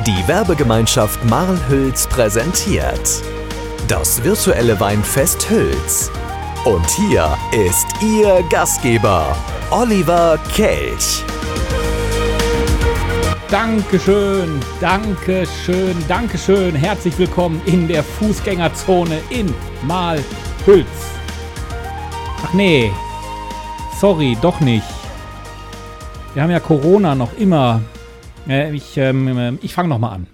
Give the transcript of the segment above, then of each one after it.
Die Werbegemeinschaft Marl-Hüls präsentiert das virtuelle Weinfest Hüls. Und hier ist Ihr Gastgeber, Oliver Kelch. Dankeschön, Dankeschön, Dankeschön. Herzlich willkommen in der Fußgängerzone in Marl-Hüls. Ach nee, sorry, doch nicht. Wir haben ja Corona noch immer. Ich fange nochmal an.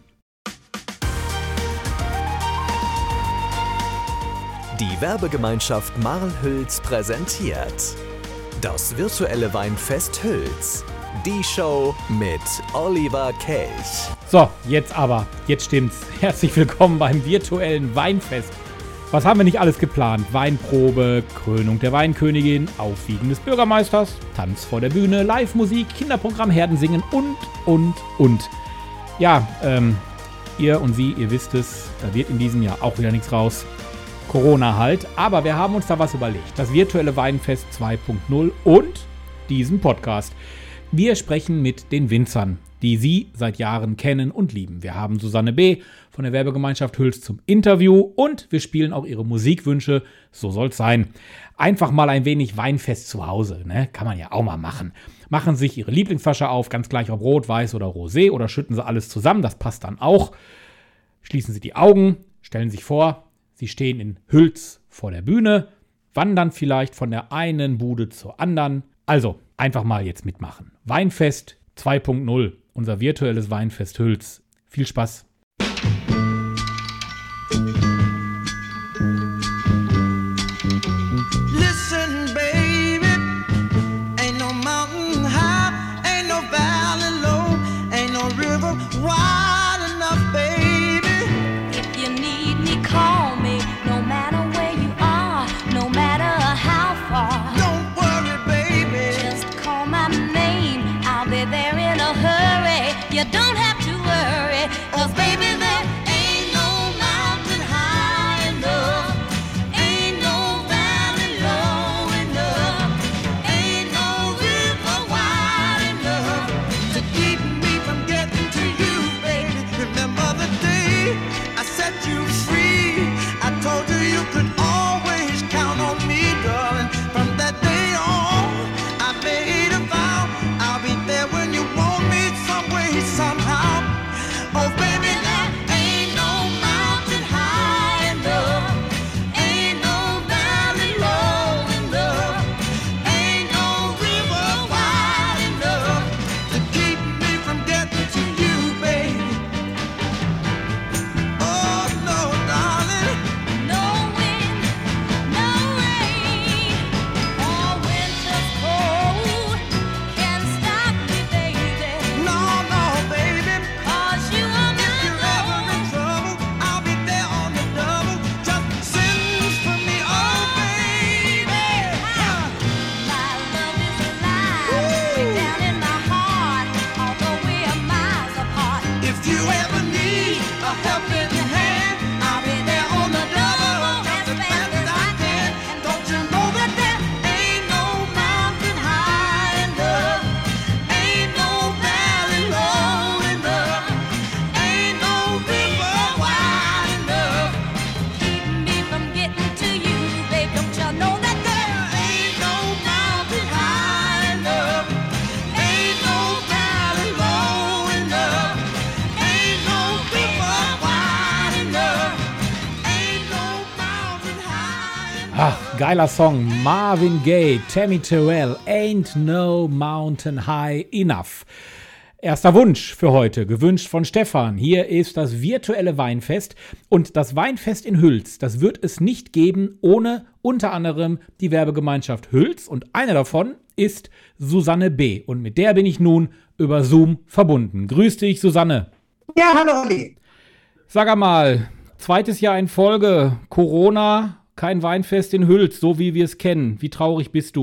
Die Werbegemeinschaft Marl-Hüls präsentiert das virtuelle Weinfest Hüls. Die Show mit Oliver Kelch. So, jetzt stimmt's. Herzlich willkommen beim virtuellen Weinfest. Was haben wir nicht alles geplant? Weinprobe, Krönung der Weinkönigin, Aufwiegen des Bürgermeisters, Tanz vor der Bühne, Live-Musik, Kinderprogramm, Herdensingen und. Ja, ihr und Sie, ihr wisst es, da wird in diesem Jahr auch wieder nichts raus. Corona halt. Aber wir haben uns da was überlegt. Das virtuelle Weinfest 2.0 und diesen Podcast. Wir sprechen mit den Winzern, die Sie seit Jahren kennen und lieben. Wir haben Susanne B. von der Werbegemeinschaft Hüls zum Interview und wir spielen auch Ihre Musikwünsche. So soll's sein. Einfach mal ein wenig Weinfest zu Hause, ne? Kann man ja auch mal machen. Machen Sie sich Ihre Lieblingsflasche auf, ganz gleich ob rot, weiß oder rosé, oder schütten Sie alles zusammen, das passt dann auch. Schließen Sie die Augen, stellen sich vor, Sie stehen in Hüls vor der Bühne, wandern vielleicht von der einen Bude zur anderen. Also, einfach mal jetzt mitmachen. Weinfest 2.0, unser virtuelles Weinfest Hüls. Viel Spaß! Listen, baby, ain't no mountain high, ain't no valley low, ain't no river wide enough, baby. If you need me, call me, no matter where you are, no matter how far. Don't worry, baby. Just call my name, I'll be there in a hurry. You don't have to worry, 'cause baby, there ain't no mountain high enough, ain't no valley low enough, ain't no river wide enough. To keep me from getting to you, baby. Remember the day I set you free. I told you you could always count on me, darling. From that day on, I made a vow I'll be there when you want me, some way, somehow. Oh, baby, there ain't no mountain high enough, ain't no valley low enough, ain't no river wide enough to keep me from getting to you, baby. Oh, no, darling. No wind, no rain, or winter's cold can stop me, baby. No, no, baby. 'Cause you are If my you're ever in love. trouble, I'll be there on the double. Just send for me, oh, baby. My love is alive, way down in my heart, although we are miles apart. If you ever need a helping hand, I'll be there on the double, just as fast as I can. Don't you know that there ain't no mountain high enough, ain't no valley low enough, ain't no river wide enough. Keep me from getting to you, babe. Don't you know that There ain't no mountain high enough, ain't no valley low enough, ain't no river wide enough, ain't no mountain high enough. Ach, geiler Song. Marvin Gaye, Tammy Terrell, Ain't No Mountain High Enough. Erster Wunsch für heute, gewünscht von Stefan. Hier ist das virtuelle Weinfest. Und das Weinfest in Hüls, das wird es nicht geben, ohne unter anderem die Werbegemeinschaft Hüls. Und eine davon ist Susanne B. Und mit der bin ich nun über Zoom verbunden. Grüß dich, Susanne. Ja, hallo Olli. Sag einmal, zweites Jahr in Folge, Corona, kein Weinfest in Hüls, so wie wir es kennen. Wie traurig bist du?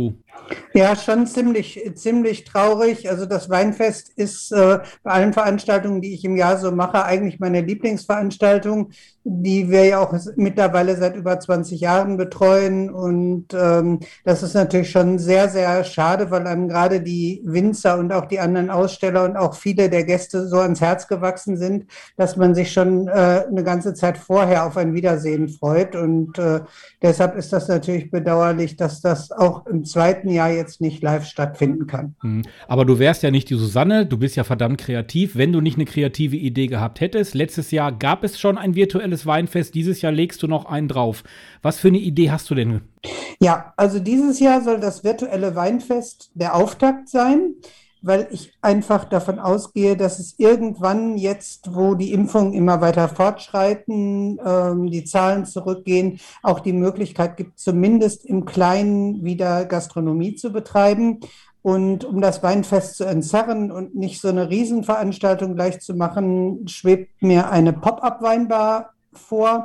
Ja, schon ziemlich traurig. Also das Weinfest ist bei allen Veranstaltungen, die ich im Jahr so mache, eigentlich meine Lieblingsveranstaltung, die wir ja auch mittlerweile seit über 20 Jahren betreuen. Und das ist natürlich schon sehr schade, weil einem gerade die Winzer und auch die anderen Aussteller und auch viele der Gäste so ans Herz gewachsen sind, dass man sich schon eine ganze Zeit vorher auf ein Wiedersehen freut. Und deshalb ist das natürlich bedauerlich, dass das auch im zweiten Jahr jetzt nicht live stattfinden kann. Aber du wärst ja nicht die Susanne, du bist ja verdammt kreativ. Wenn du nicht eine kreative Idee gehabt hättest, letztes Jahr gab es schon ein virtuelles Weinfest, dieses Jahr legst du noch einen drauf. Was für eine Idee hast du denn? Ja, also dieses Jahr soll das virtuelle Weinfest der Auftakt sein, weil ich einfach davon ausgehe, dass es irgendwann jetzt, wo die Impfungen immer weiter fortschreiten, die Zahlen zurückgehen, auch die Möglichkeit gibt, zumindest im Kleinen wieder Gastronomie zu betreiben. Und um das Weinfest zu entzerren und nicht so eine Riesenveranstaltung gleich zu machen, schwebt mir eine Pop-up-Weinbar vor,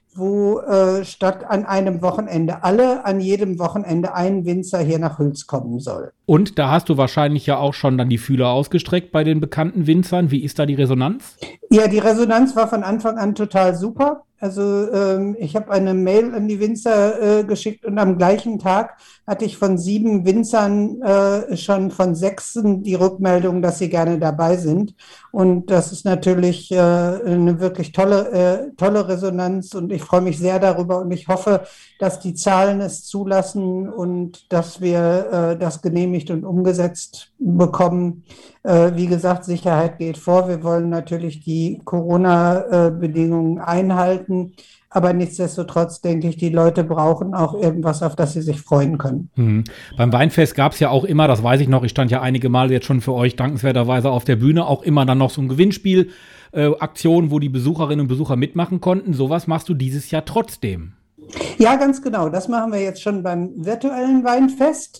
wo statt an einem Wochenende an jedem Wochenende ein Winzer hier nach Hüls kommen soll. Und da hast du wahrscheinlich ja auch schon dann die Fühler ausgestreckt bei den bekannten Winzern. Wie ist da die Resonanz? Ja, die Resonanz war von Anfang an total super. Also ich habe eine Mail an die Winzer geschickt und am gleichen Tag hatte ich von 7 Winzern schon von 6 die Rückmeldung, dass sie gerne dabei sind. Und das ist natürlich eine wirklich tolle Resonanz und ich freue mich sehr darüber und ich hoffe, dass die Zahlen es zulassen und dass wir das genehmigt und umgesetzt bekommen. Wie gesagt, Sicherheit geht vor. Wir wollen natürlich die Corona-Bedingungen einhalten. Aber nichtsdestotrotz denke ich, die Leute brauchen auch irgendwas, auf das sie sich freuen können. Beim Weinfest gab es ja auch immer, das weiß ich noch, ich stand ja einige Male jetzt schon für euch dankenswerterweise auf der Bühne, auch immer dann noch so ein Gewinnspiel, Aktion, wo die Besucherinnen und Besucher mitmachen konnten. Sowas machst du dieses Jahr trotzdem. Ja, ganz genau. Das machen wir jetzt schon beim virtuellen Weinfest.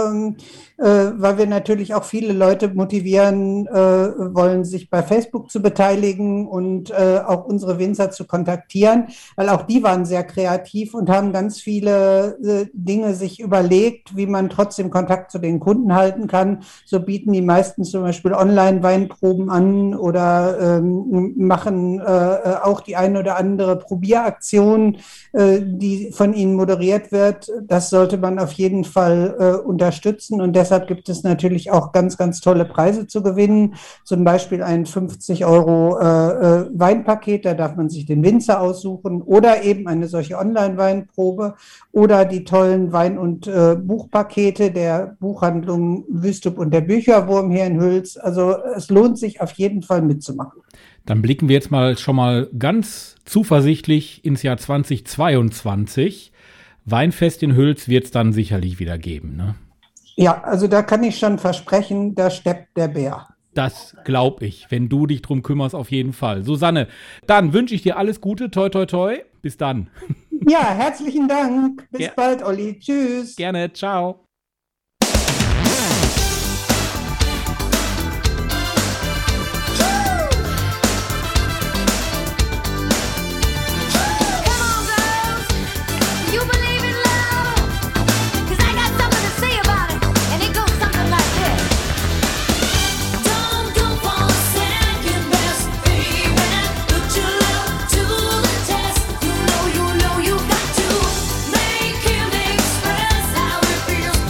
Weil wir natürlich auch viele Leute motivieren wollen, sich bei Facebook zu beteiligen und auch unsere Winzer zu kontaktieren, weil auch die waren sehr kreativ und haben ganz viele Dinge sich überlegt, wie man trotzdem Kontakt zu den Kunden halten kann. So bieten die meisten zum Beispiel Online-Weinproben an oder machen auch die eine oder andere Probieraktion, die von ihnen moderiert wird. Das sollte man auf jeden Fall unterstützen und deshalb gibt es natürlich auch ganz tolle Preise zu gewinnen, zum Beispiel ein 50 € Weinpaket, da darf man sich den Winzer aussuchen oder eben eine solche Online-Weinprobe oder die tollen Wein- und Buchpakete der Buchhandlung Wüstrup und der Bücherwurm hier in Hüls. Also es lohnt sich auf jeden Fall mitzumachen. Dann blicken wir jetzt schon mal ganz zuversichtlich ins Jahr 2022. Weinfest in Hüls wird es dann sicherlich wieder geben, ne? Ja, also da kann ich schon versprechen, da steppt der Bär. Das glaube ich, wenn du dich drum kümmerst, auf jeden Fall. Susanne, dann wünsche ich dir alles Gute, toi toi toi, bis dann. Ja, herzlichen Dank, bis bald, Olli, tschüss. Gerne, ciao. Feels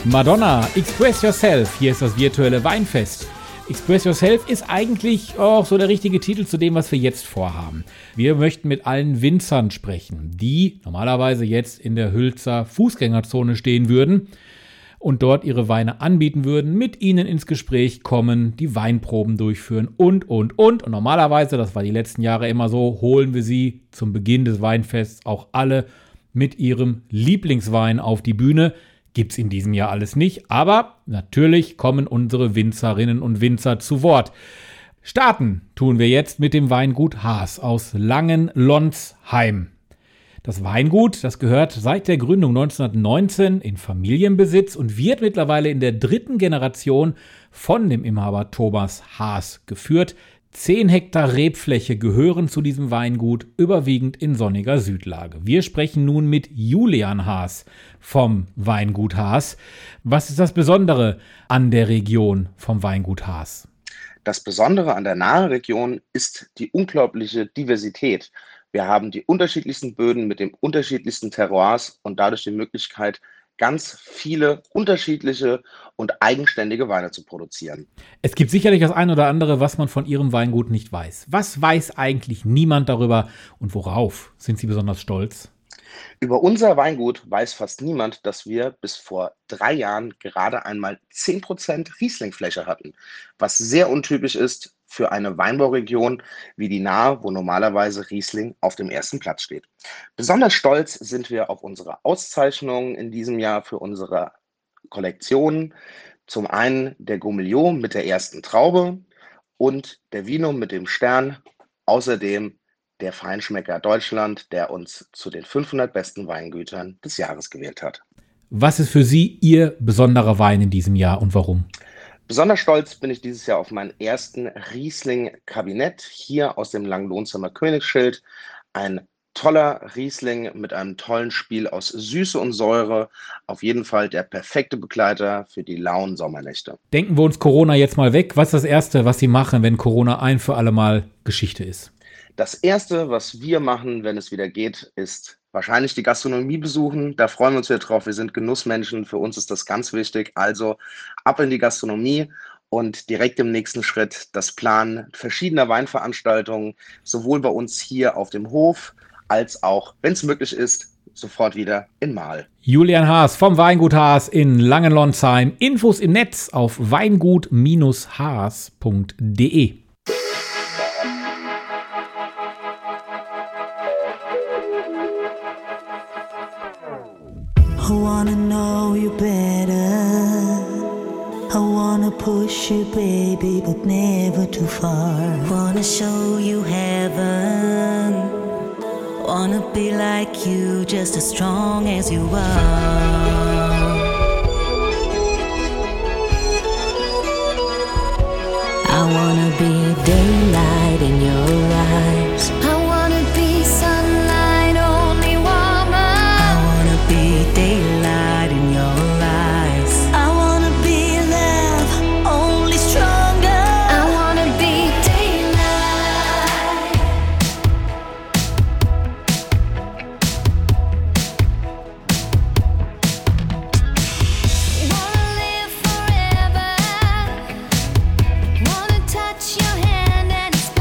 Madonna, Express Yourself, hier ist das virtuelle Weinfest. Express Yourself ist eigentlich auch so der richtige Titel zu dem, was wir jetzt vorhaben. Wir möchten mit allen Winzern sprechen, die normalerweise jetzt in der Hülzer Fußgängerzone stehen würden und dort ihre Weine anbieten würden, mit ihnen ins Gespräch kommen, die Weinproben durchführen und. Und normalerweise, das war die letzten Jahre immer so, holen wir sie zum Beginn des Weinfests auch alle mit ihrem Lieblingswein auf die Bühne. Gibt's in diesem Jahr alles nicht, aber natürlich kommen unsere Winzerinnen und Winzer zu Wort. Starten tun wir jetzt mit dem Weingut Haas aus Langenlonsheim. Das Weingut, das gehört seit der Gründung 1919 in Familienbesitz und wird mittlerweile in der 3. Generation von dem Inhaber Thomas Haas geführt. 10 Hektar Rebfläche gehören zu diesem Weingut, überwiegend in sonniger Südlage. Wir sprechen nun mit Julian Haas vom Weingut Haas. Was ist das Besondere an der Region vom Weingut Haas? Das Besondere an der nahen Region ist die unglaubliche Diversität. Wir haben die unterschiedlichsten Böden mit den unterschiedlichsten Terroirs und dadurch die Möglichkeit, ganz viele unterschiedliche und eigenständige Weine zu produzieren. Es gibt sicherlich das ein oder andere, was man von Ihrem Weingut nicht weiß. Was weiß eigentlich niemand darüber und worauf sind Sie besonders stolz? Über unser Weingut weiß fast niemand, dass wir bis vor 3 Jahren gerade einmal 10% Rieslingfläche hatten, was sehr untypisch ist für eine Weinbauregion wie die nahe, wo normalerweise Riesling auf dem ersten Platz steht. Besonders stolz sind wir auf unsere Auszeichnungen in diesem Jahr für unsere Kollektionen. Zum einen der Gourmillon mit der ersten Traube und der Vino mit dem Stern. Außerdem der Feinschmecker Deutschland, der uns zu den 500 besten Weingütern des Jahres gewählt hat. Was ist für Sie Ihr besonderer Wein in diesem Jahr und warum? Besonders stolz bin ich dieses Jahr auf meinen ersten Riesling-Kabinett hier aus dem Langenlonsheimer Königsschild. Ein toller Riesling mit einem tollen Spiel aus Süße und Säure. Auf jeden Fall der perfekte Begleiter für die lauen Sommernächte. Denken wir uns Corona jetzt mal weg. Was ist das Erste, was Sie machen, wenn Corona ein für alle Mal Geschichte ist? Das Erste, was wir machen, wenn es wieder geht, ist wahrscheinlich die Gastronomie besuchen. Da freuen wir uns wieder drauf. Wir sind Genussmenschen. Für uns ist das ganz wichtig. Also ab in die Gastronomie und direkt im nächsten Schritt das Planen verschiedener Weinveranstaltungen, sowohl bei uns hier auf dem Hof, als auch, wenn es möglich ist, sofort wieder in Marl. Julian Haas vom Weingut Haas in Langenlonsheim. Infos im Netz auf weingut-haas.de. I wanna know you better. I wanna push you, baby, but never too far. Wanna show you heaven. Wanna be like you, just as strong as you are. I wanna be daylight in your eyes. I wanna be sunlight, only woman. I wanna be daylight in your eyes. I wanna be love, only stronger. I wanna be daylight. Wanna live forever. Wanna touch your hand and it's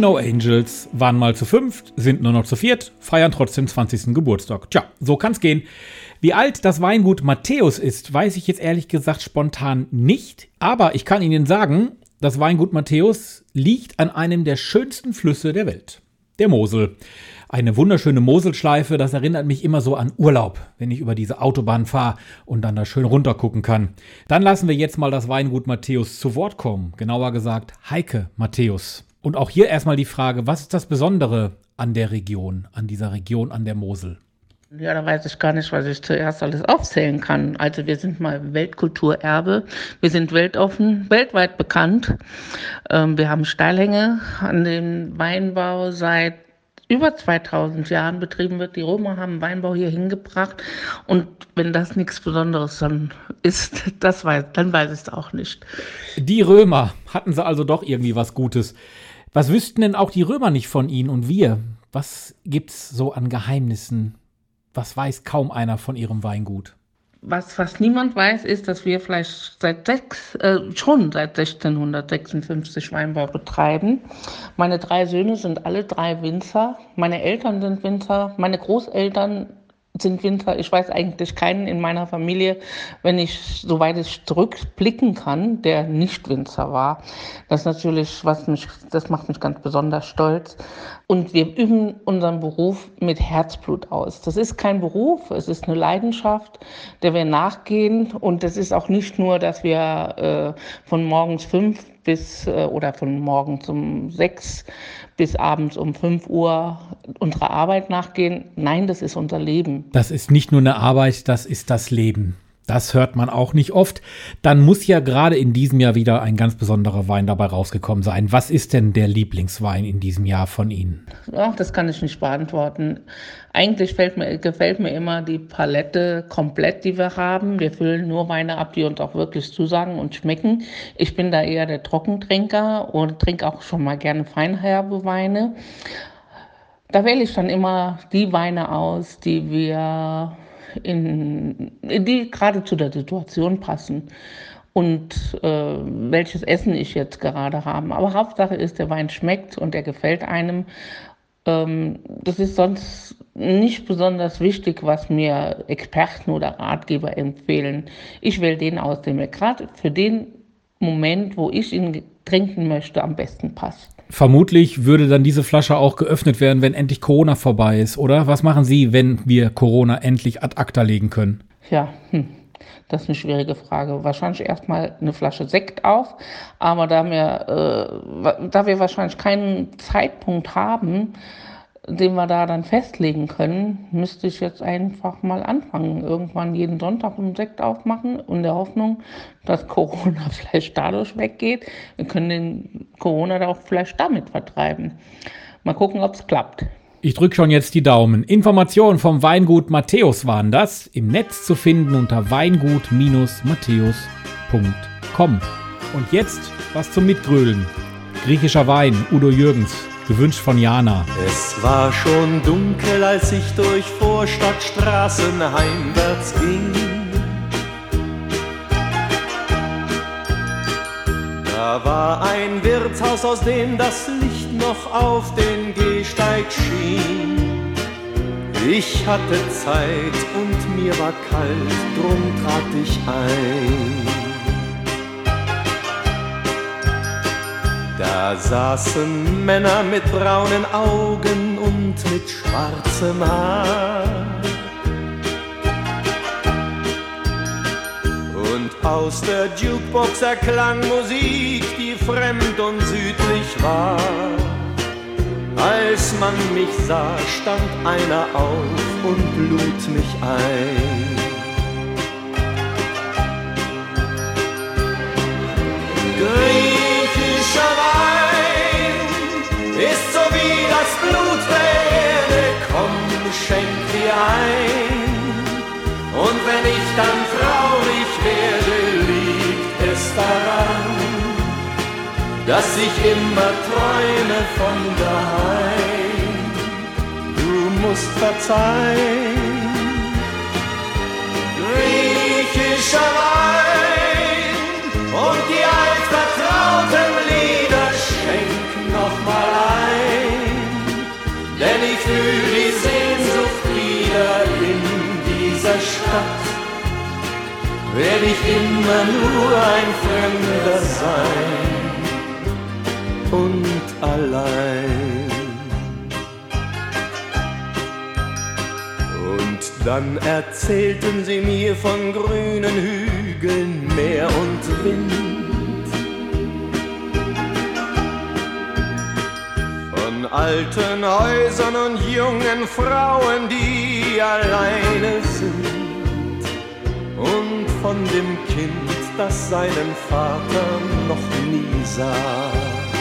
No Angels waren mal zu 5, sind nur noch zu 4, feiern trotzdem 20. Geburtstag. Tja, so kann's gehen. Wie alt das Weingut Matthäus ist, weiß ich jetzt ehrlich gesagt spontan nicht. Aber ich kann Ihnen sagen, das Weingut Matthäus liegt an einem der schönsten Flüsse der Welt, der Mosel. Eine wunderschöne Moselschleife, das erinnert mich immer so an Urlaub, wenn ich über diese Autobahn fahre und dann da schön runtergucken kann. Dann lassen wir jetzt mal das Weingut Matthäus zu Wort kommen. Genauer gesagt Heike Matthäus. Und auch hier erstmal die Frage, was ist das Besondere an der Region, an dieser Region an der Mosel? Ja, da weiß ich gar nicht, was ich zuerst alles aufzählen kann. Also wir sind mal Weltkulturerbe, wir sind weltoffen, weltweit bekannt. Wir haben Steilhänge, an dem Weinbau seit über 2000 Jahren betrieben wird. Die Römer haben Weinbau hier hingebracht. Und wenn das nichts Besonderes dann ist, dann weiß ich es auch nicht. Die Römer, hatten sie also doch irgendwie was Gutes. Was wüssten denn auch die Römer nicht von ihnen und wir? Was gibt's so an Geheimnissen? Was weiß kaum einer von ihrem Weingut? Was fast niemand weiß, ist, dass wir vielleicht schon seit 1656 Weinbau betreiben. Meine 3 Söhne sind alle 3 Winzer. Meine Eltern sind Winzer, meine Großeltern sind Winzer. Ich weiß eigentlich keinen in meiner Familie, soweit ich zurückblicken kann, der nicht Winzer war. Das ist natürlich, das macht mich ganz besonders stolz. Und wir üben unseren Beruf mit Herzblut aus. Das ist kein Beruf, es ist eine Leidenschaft, der wir nachgehen. Und es ist auch nicht nur, dass wir von morgens 5 oder von morgens um 6 bis abends um 5 Uhr unserer Arbeit nachgehen. Nein, das ist unser Leben. Das ist nicht nur eine Arbeit, das ist das Leben. Das hört man auch nicht oft. Dann muss ja gerade in diesem Jahr wieder ein ganz besonderer Wein dabei rausgekommen sein. Was ist denn der Lieblingswein in diesem Jahr von Ihnen? Ach, das kann ich nicht beantworten. Eigentlich gefällt mir immer die Palette komplett, die wir haben. Wir füllen nur Weine ab, die uns auch wirklich zusagen und schmecken. Ich bin da eher der Trockentrinker und trinke auch schon mal gerne feinherbe Weine. Da wähle ich dann immer die Weine aus, die die gerade zu der Situation passen und welches Essen ich jetzt gerade habe. Aber Hauptsache ist, der Wein schmeckt und der gefällt einem. Das ist sonst nicht besonders wichtig, was mir Experten oder Ratgeber empfehlen. Ich wähle den aus, der mir gerade für den Moment, wo ich ihn trinken möchte, am besten passt. Vermutlich würde dann diese Flasche auch geöffnet werden, wenn endlich Corona vorbei ist, oder? Was machen Sie, wenn wir Corona endlich ad acta legen können? Ja, das ist eine schwierige Frage. Wahrscheinlich erstmal eine Flasche Sekt auf, aber da wir wahrscheinlich keinen Zeitpunkt haben, den wir da dann festlegen können, müsste ich jetzt einfach mal anfangen. Irgendwann jeden Sonntag einen Sekt aufmachen, in der Hoffnung, dass Corona vielleicht dadurch weggeht. Wir können den Corona da auch vielleicht damit vertreiben. Mal gucken, ob es klappt. Ich drücke schon jetzt die Daumen. Informationen vom Weingut Matthäus waren das. Im Netz zu finden unter weingut-matthäus.com. Und jetzt was zum Mitgrölen. Griechischer Wein, Udo Jürgens. Gewünscht von Jana. Es war schon dunkel, als ich durch Vorstadtstraßen heimwärts ging. Da war ein Wirtshaus, aus dem das Licht noch auf den Gehsteig schien. Ich hatte Zeit und mir war kalt, drum trat ich ein. Da saßen Männer mit braunen Augen und mit schwarzem Haar. Und aus der Jukebox erklang Musik, die fremd und südlich war. Als man mich sah, stand einer auf und lud mich ein. Griechischer Wein ist so wie das Blut der Erde, komm, schenk dir ein. Und wenn ich dann traurig werde, liegt es daran, dass ich immer träume von daheim. Du musst verzeihen. Griechischer Wein und die altvertrauten Lieder, schenk noch mal ein. Stadt werd ich immer nur ein Fremder sein und allein. Und dann erzählten sie mir von grünen Hügeln, Meer und Wind, von alten Häusern und jungen Frauen, die alleine sind, und von dem Kind, das seinen Vater noch nie sah.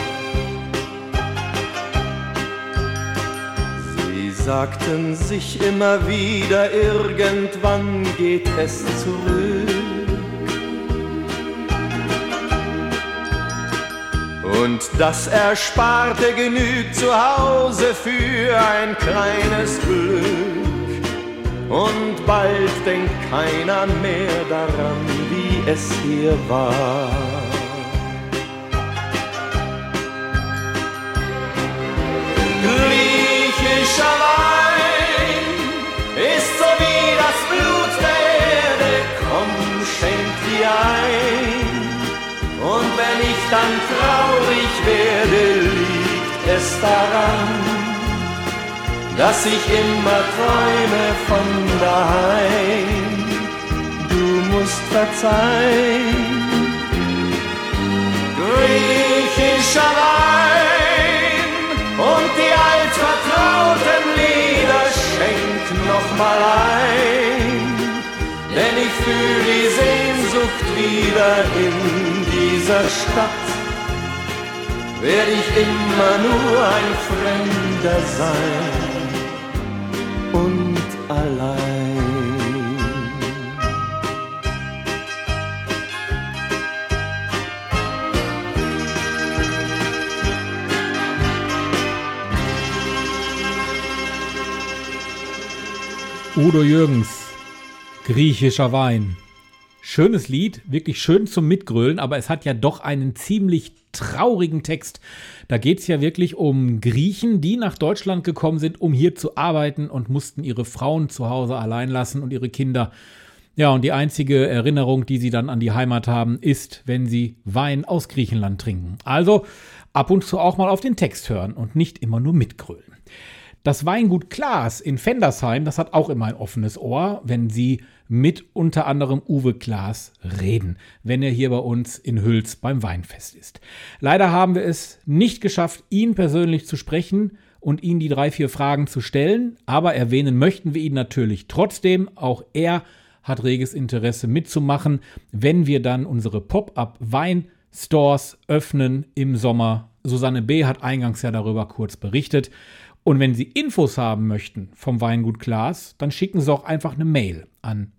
Sie sagten sich immer wieder, irgendwann geht es zurück. Und das Ersparte genügt zu Hause für ein kleines Glück. Und bald denkt keiner mehr daran, wie es hier war. Griechischer Wein ist so wie das Blut der Erde, komm, schenk dir ein. Und wenn ich dann traurig werde, liegt es daran, dass ich immer träume von daheim. Du musst verzeihen. Griechischer Wein und die altvertrauten Lieder schenk noch mal ein, denn ich fühl die Sehnsucht wieder in dieser Stadt. Werd ich immer nur ein Fremder sein und allein. Udo Jürgens, Griechischer Wein. Schönes Lied, wirklich schön zum Mitgrölen, aber es hat ja doch einen ziemlich traurigen Text. Da geht es ja wirklich um Griechen, die nach Deutschland gekommen sind, um hier zu arbeiten und mussten ihre Frauen zu Hause allein lassen und ihre Kinder. Ja, und die einzige Erinnerung, die sie dann an die Heimat haben, ist, wenn sie Wein aus Griechenland trinken. Also ab und zu auch mal auf den Text hören und nicht immer nur mitgrölen. Das Weingut Klaas in Vendersheim, das hat auch immer ein offenes Ohr, wenn Sie mit unter anderem Uwe Klaas reden, wenn er hier bei uns in Hüls beim Weinfest ist. Leider haben wir es nicht geschafft, ihn persönlich zu sprechen und ihm die 3-4 Fragen zu stellen, aber erwähnen möchten wir ihn natürlich trotzdem. Auch er hat reges Interesse mitzumachen, wenn wir dann unsere Pop-up-Weinstores öffnen im Sommer. Susanne B. hat eingangs ja darüber kurz berichtet. Und wenn Sie Infos haben möchten vom Weingut Klaas, dann schicken Sie auch einfach eine Mail an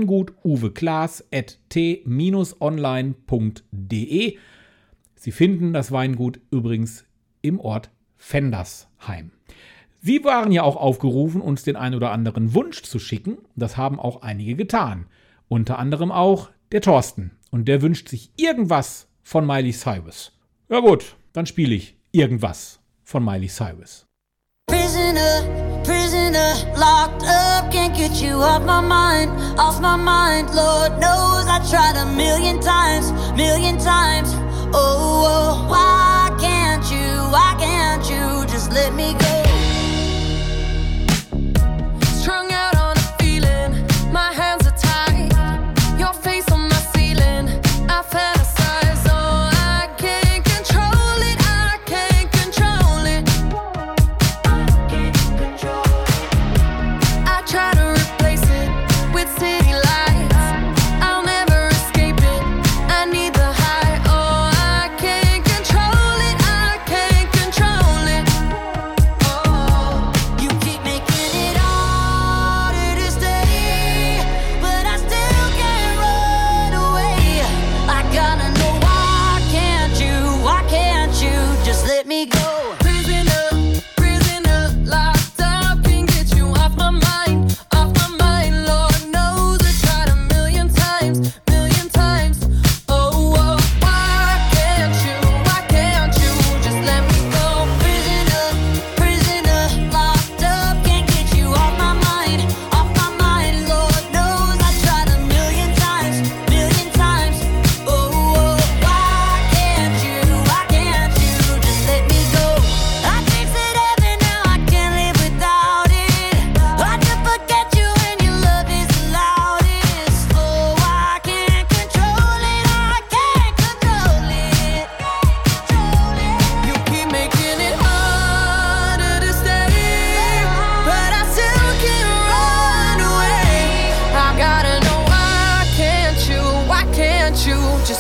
weingutuweklaas@t-online.de. Sie finden das Weingut übrigens im Ort Vendersheim. Sie waren ja auch aufgerufen, uns den ein oder anderen Wunsch zu schicken. Das haben auch einige getan. Unter anderem auch der Thorsten. Und der wünscht sich irgendwas von Miley Cyrus. Ja gut, dann spiele ich irgendwas von Miley Cyrus. Prisoner, prisoner, locked up, can't get you off my mind, Lord knows I tried a million times, oh, why can't you just let me go? Strung out on a feeling, my hands are tied, your face on my ceiling, I fantasize, oh, I can't control it, I try to replace it with city lights. I'll never escape it. I need the high. Oh, I can't control it. Oh,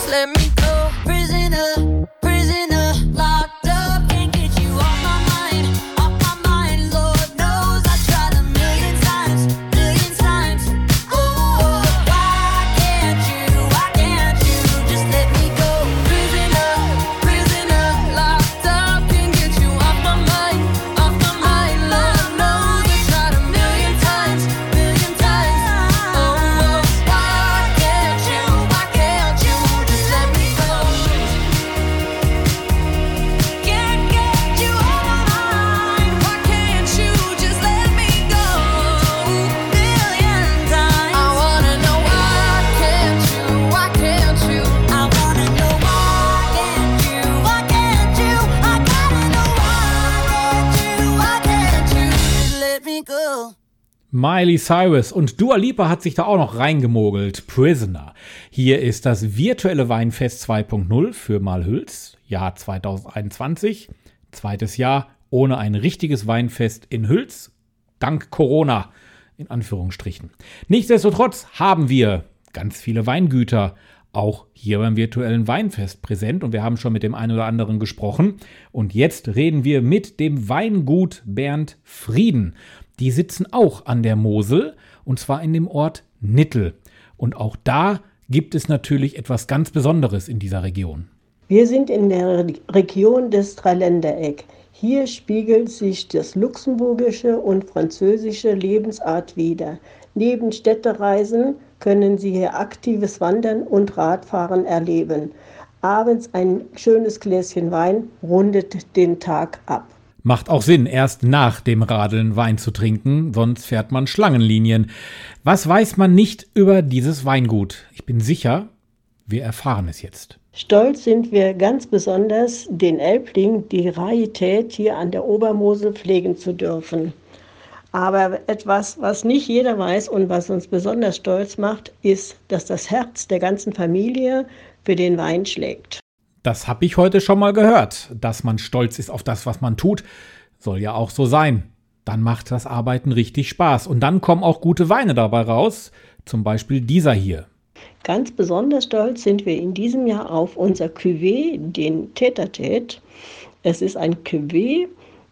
just let me go. Prisoner, prisoner, locked up, can't get you off my mind, Lord knows I tried a million times, oh, why can't you just let me go? Prisoner, prisoner, locked up, can't get you off my mind, Lord knows I tried a million times, oh, why can't you just let me go? Can't get you off my mind, why can't you just let me go? Million times, I wanna know why can't you? I wanna know why can't you? I gotta know why can't you just let me go? Miley Cyrus und Dua Lipa hat sich da auch noch reingemogelt. Prisoner. Hier ist das virtuelle Weinfest 2.0 für Malhüls, Jahr 2021. Zweites Jahr ohne ein richtiges Weinfest in Hüls. Dank Corona, in Anführungsstrichen. Nichtsdestotrotz haben wir ganz viele Weingüter auch hier beim virtuellen Weinfest präsent und wir haben schon mit dem einen oder anderen gesprochen. Und jetzt reden wir mit dem Weingut Bernd Frieden. Die sitzen auch an der Mosel und zwar in dem Ort Nittel. Und auch da gibt es natürlich etwas ganz Besonderes in dieser Region. Wir sind in der Region des Dreiländereck. Hier spiegelt sich das luxemburgische und französische Lebensart wider. Neben Städtereisen können Sie hier aktives Wandern und Radfahren erleben. Abends ein schönes Gläschen Wein rundet den Tag ab. Macht auch Sinn, erst nach dem Radeln Wein zu trinken, sonst fährt man Schlangenlinien. Was weiß man nicht über dieses Weingut? Ich bin sicher, wir erfahren es jetzt. Stolz sind wir ganz besonders, den Elbling, die Rarität hier an der Obermosel pflegen zu dürfen. Aber etwas, was nicht jeder weiß und was uns besonders stolz macht, ist, dass das Herz der ganzen Familie für den Wein schlägt. Das habe ich heute schon mal gehört, dass man stolz ist auf das, was man tut. Soll ja auch so sein. Dann macht das Arbeiten richtig Spaß. Und dann kommen auch gute Weine dabei raus. Zum Beispiel dieser hier. Ganz besonders stolz sind wir in diesem Jahr auf unser Cuvée, den Tête-à-Tête. Es ist ein Cuvée,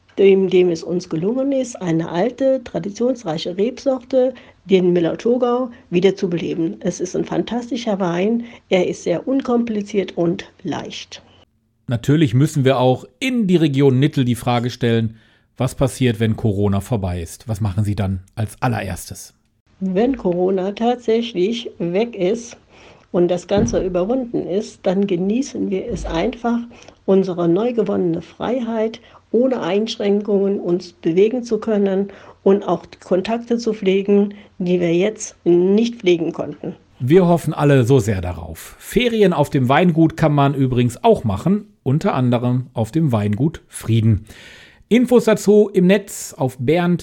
dem es uns gelungen ist, eine alte, traditionsreiche Rebsorte, den Müller-Thurgau, wieder zu beleben. Es ist ein fantastischer Wein, er ist sehr unkompliziert und leicht. Natürlich müssen wir auch in die Region Nittel die Frage stellen, was passiert, wenn Corona vorbei ist? Was machen Sie dann als allererstes? Wenn Corona tatsächlich weg ist und das Ganze überwunden ist, dann genießen wir es einfach, unsere neu gewonnene Freiheit ohne Einschränkungen uns bewegen zu können und auch Kontakte zu pflegen, die wir jetzt nicht pflegen konnten. Wir hoffen alle so sehr darauf. Ferien auf dem Weingut kann man übrigens auch machen, unter anderem auf dem Weingut Frieden. Infos dazu im Netz auf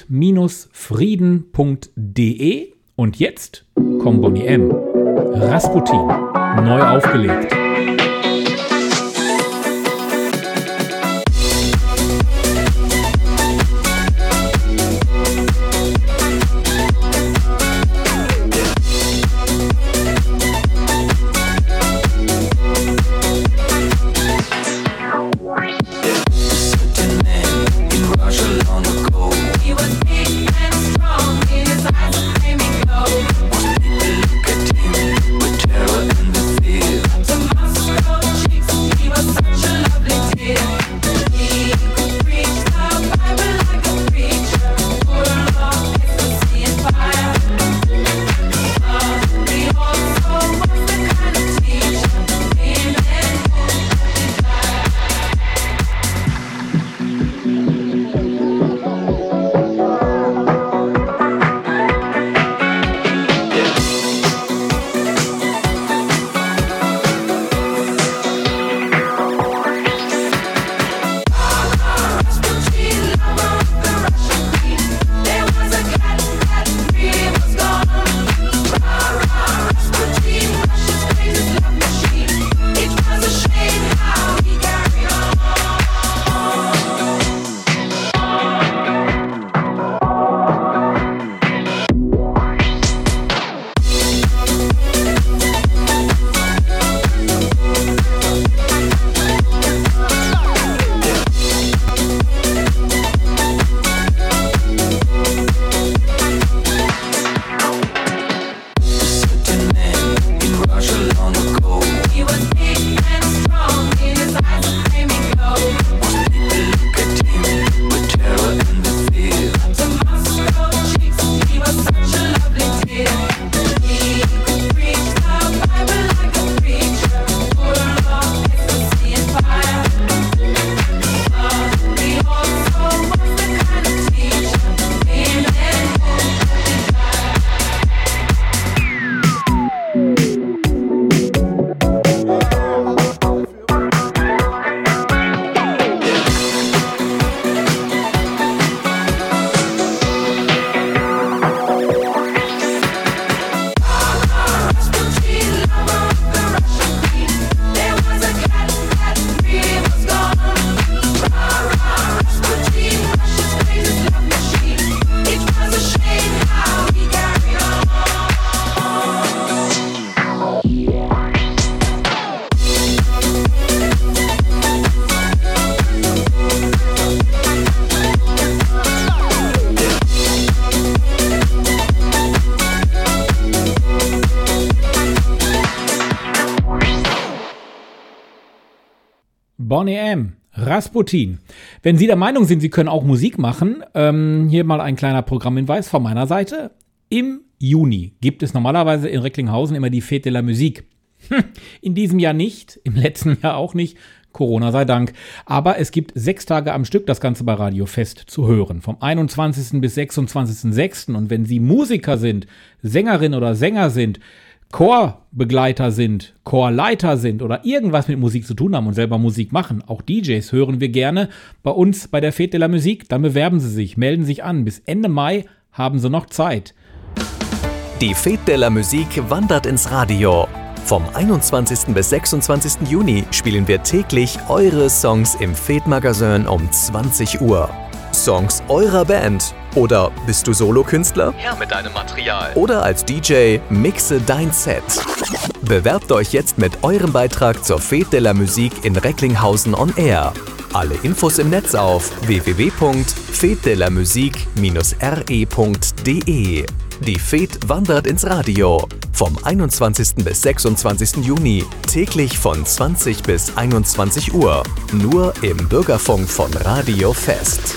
bernd-frieden.de. Und jetzt kommt Boney M. Rasputin, neu aufgelegt. To my Boney M., Rasputin. Wenn Sie der Meinung sind, Sie können auch Musik machen, hier mal ein kleiner Programmhinweis von meiner Seite. Im Juni gibt es normalerweise in Recklinghausen immer die Fête de la Musique. In diesem Jahr nicht, im letzten Jahr auch nicht, Corona sei Dank. Aber es gibt 6 Tage am Stück das Ganze bei Radio Fest zu hören, vom 21. bis 26.06. Und wenn Sie Musiker sind, Sängerin oder Sänger sind, Chorbegleiter sind, Chorleiter sind oder irgendwas mit Musik zu tun haben und selber Musik machen, auch DJs hören wir gerne bei uns bei der Fête de la Musique, dann bewerben Sie sich, melden sich an. Bis Ende Mai haben Sie noch Zeit. Die Fête de la Musique wandert ins Radio. Vom 21. bis 26. Juni spielen wir täglich eure Songs im Fête-Magazin um 20 Uhr. Songs eurer Band. Oder bist du Solokünstler? Her mit deinem Material. Oder als DJ mixe dein Set. Bewerbt euch jetzt mit eurem Beitrag zur Fête de la Musique in Recklinghausen on Air. Alle Infos im Netz auf www.fetdelamusique-re.de. Die Fête wandert ins Radio. Vom 21. bis 26. Juni, täglich von 20 bis 21 Uhr. Nur im Bürgerfunk von Radio Fest.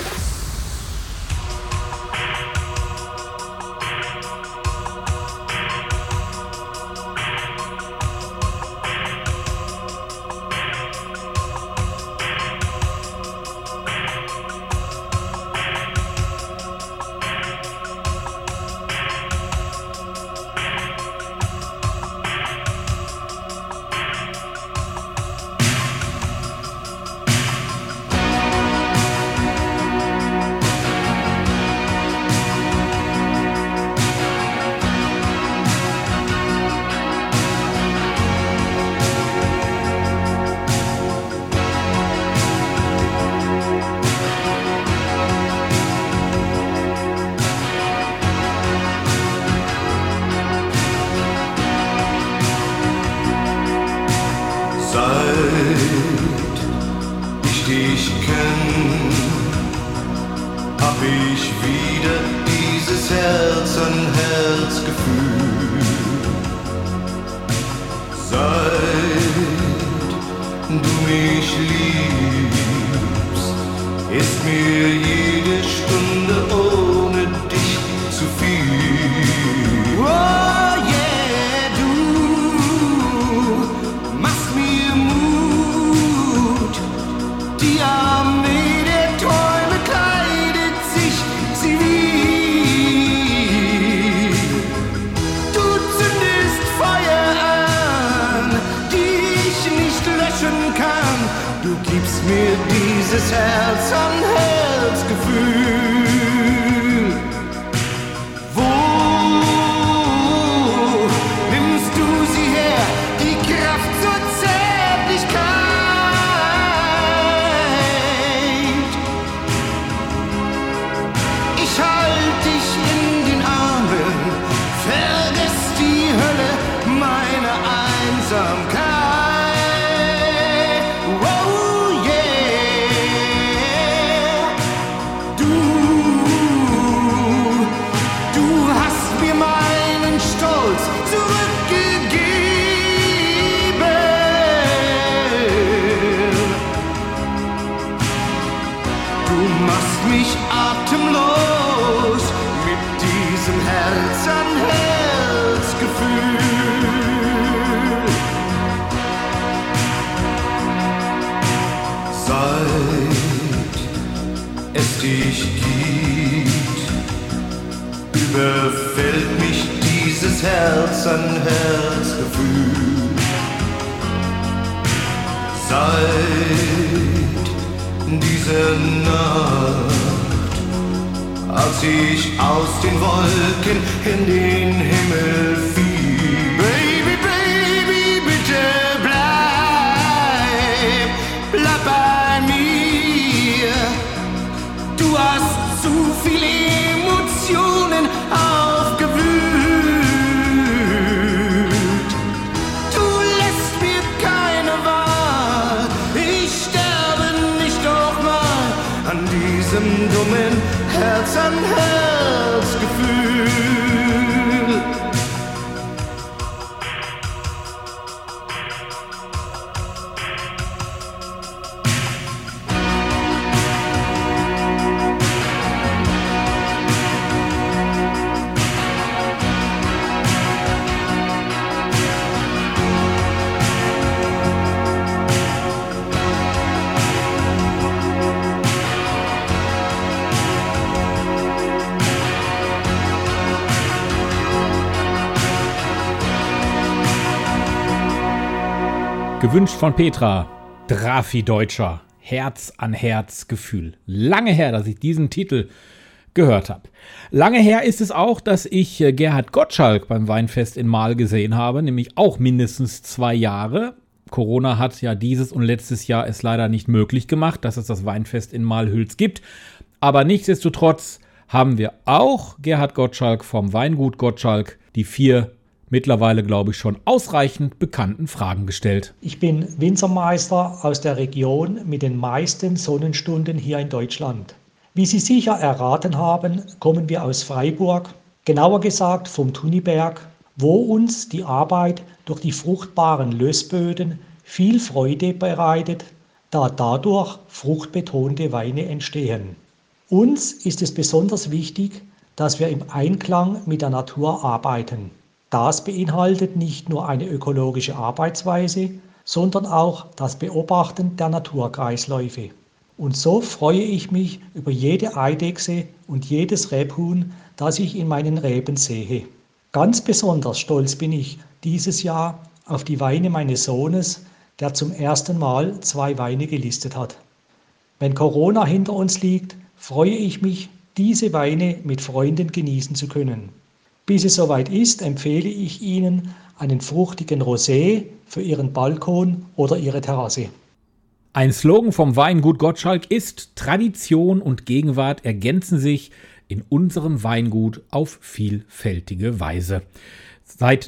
Gewünscht von Petra, Drafi Deutscher, Herz an Herz Gefühl. Lange her, dass ich diesen Titel gehört habe. Lange her ist es auch, dass ich Gerhard Gottschalk beim Weinfest in Marl gesehen habe, nämlich auch mindestens 2 Jahre. Corona hat ja dieses und letztes Jahr es leider nicht möglich gemacht, dass es das Weinfest in Marl-Hüls gibt. Aber nichtsdestotrotz haben wir auch Gerhard Gottschalk vom Weingut Gottschalk die 4 mittlerweile, glaube ich, schon ausreichend bekannten Fragen gestellt. Ich bin Winzermeister aus der Region mit den meisten Sonnenstunden hier in Deutschland. Wie Sie sicher erraten haben, kommen wir aus Freiburg, genauer gesagt vom Thuniberg, wo uns die Arbeit durch die fruchtbaren Lössböden viel Freude bereitet, da dadurch fruchtbetonte Weine entstehen. Uns ist es besonders wichtig, dass wir im Einklang mit der Natur arbeiten. Das beinhaltet nicht nur eine ökologische Arbeitsweise, sondern auch das Beobachten der Naturkreisläufe. Und so freue ich mich über jede Eidechse und jedes Rebhuhn, das ich in meinen Reben sehe. Ganz besonders stolz bin ich dieses Jahr auf die Weine meines Sohnes, der zum ersten Mal 2 Weine gelistet hat. Wenn Corona hinter uns liegt, freue ich mich, diese Weine mit Freunden genießen zu können. Bis es soweit ist, empfehle ich Ihnen einen fruchtigen Rosé für Ihren Balkon oder Ihre Terrasse. Ein Slogan vom Weingut Gottschalk ist: Tradition und Gegenwart ergänzen sich in unserem Weingut auf vielfältige Weise. Seit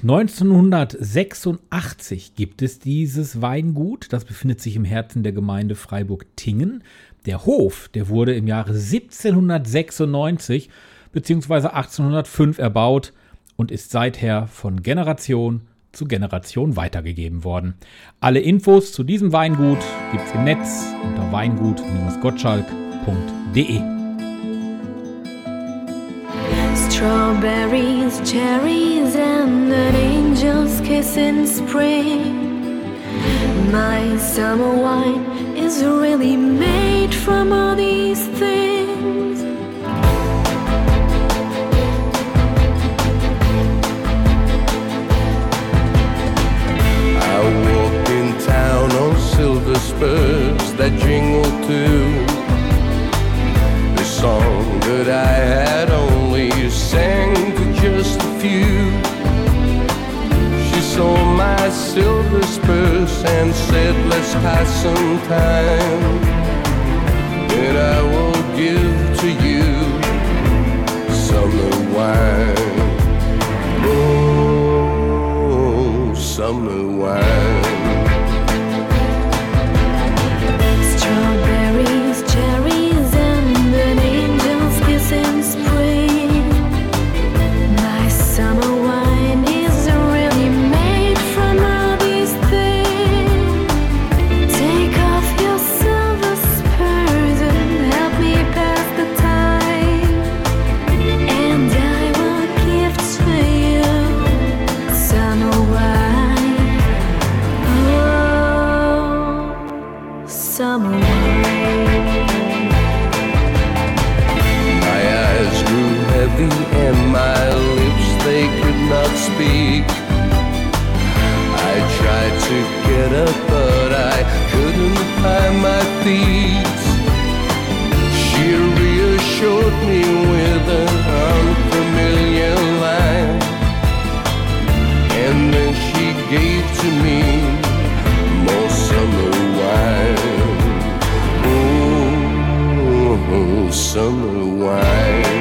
1986 gibt es dieses Weingut. Das befindet sich im Herzen der Gemeinde Freiburg-Tingen. Der Hof, der wurde im Jahre 1796 bzw. 1805 erbaut und ist seither von Generation zu Generation weitergegeben worden. Alle Infos zu diesem Weingut gibt's im Netz unter weingut-gottschalk.de. Strawberries, cherries, and an angel's kiss in spring. My summer wine is really made from all these things. I walk in town on silver spurs that jingle too. The song that I had only sang to just a few. She saw my silver spurs and said, let's pass some time, and I will give to you summer wine. Oh, summer wine. Strawberries, cherries, and an angel's kiss in spring. My summer wine is really made from all these things. Take off your silver spurs and help me pass the time, and I will give to you summer wine. Oh, summer wine. My eyes grew heavy and my lips, they could not speak. I tried to get up but I couldn't find my feet. She reassured me with an unfamiliar line, and then she gave to me more summer wine. Oh, summer wine.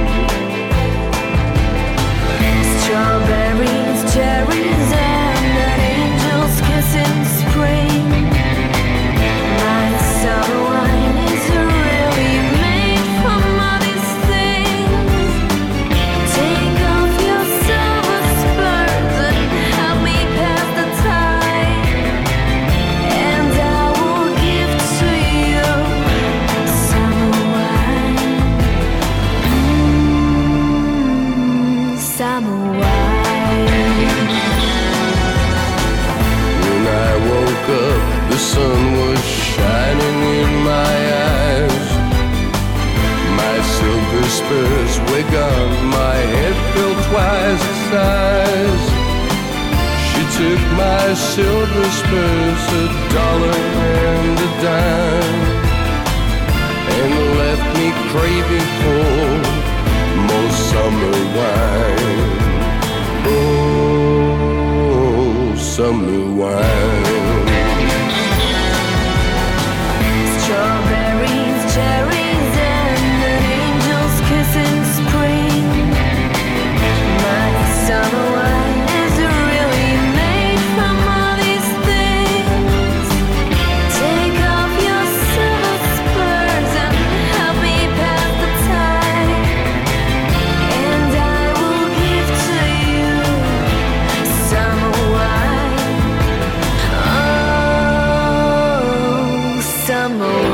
Strawberries, cherries, and an angel's kiss in spring. My summer wine is really made from all these things. Take off your silver spurs and help me pass the time, and I will give to you summer wine. Summer wine. my silver spurs, a dollar and a dime, and left me craving for more summer wine. Oh, summer wine. Strawberries, cherries, and an angel's kiss in spring. My summer wine is really made from all these things. Take off your silver spurs and help me pass the time, and I will give to you summer wine. Oh, summer wine.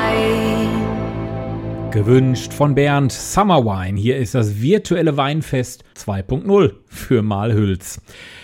Gewünscht von Bernd Summer Wine. Hier ist das virtuelle Weinfest 2.0 für Malhüls.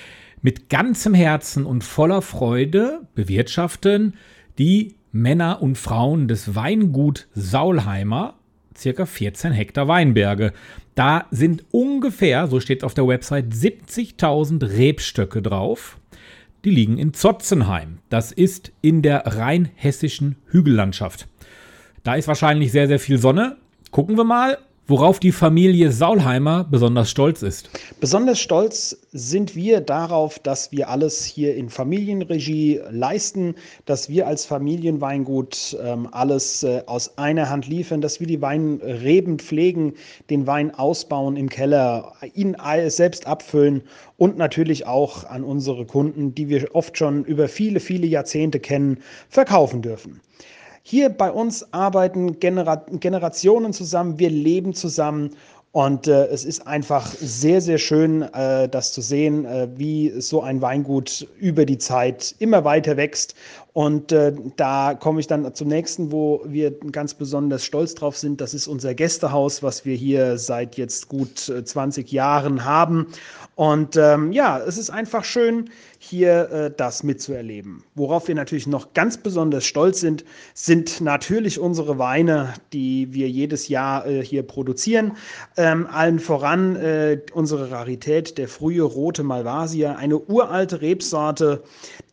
Mit ganzem Herzen und voller Freude bewirtschaften die Männer und Frauen des Weingut Saulheimer circa 14 Hektar Weinberge. Da sind ungefähr, so steht es auf der Website, 70.000 Rebstöcke drauf. Die liegen in Zotzenheim. Das ist in der rheinhessischen Hügellandschaft. Da ist wahrscheinlich sehr, sehr viel Sonne. Gucken wir mal, worauf die Familie Saulheimer besonders stolz ist. Besonders stolz sind wir darauf, dass wir alles hier in Familienregie leisten, dass wir als Familienweingut alles aus einer Hand liefern, dass wir die Weinreben pflegen, den Wein ausbauen im Keller, ihn selbst abfüllen und natürlich auch an unsere Kunden, die wir oft schon über viele, viele Jahrzehnte kennen, verkaufen dürfen. Hier bei uns arbeiten Generationen zusammen, wir leben zusammen und es ist einfach sehr, sehr schön, das zu sehen, wie so ein Weingut über die Zeit immer weiter wächst. Und da komme ich dann zum nächsten, wo wir ganz besonders stolz drauf sind. Das ist unser Gästehaus, was wir hier seit jetzt gut 20 Jahren haben. Und ja, es ist einfach schön, hier das mitzuerleben. Worauf wir natürlich noch ganz besonders stolz sind, sind natürlich unsere Weine, die wir jedes Jahr hier produzieren. Allen voran unsere Rarität, der frühe rote Malvasia, eine uralte Rebsorte,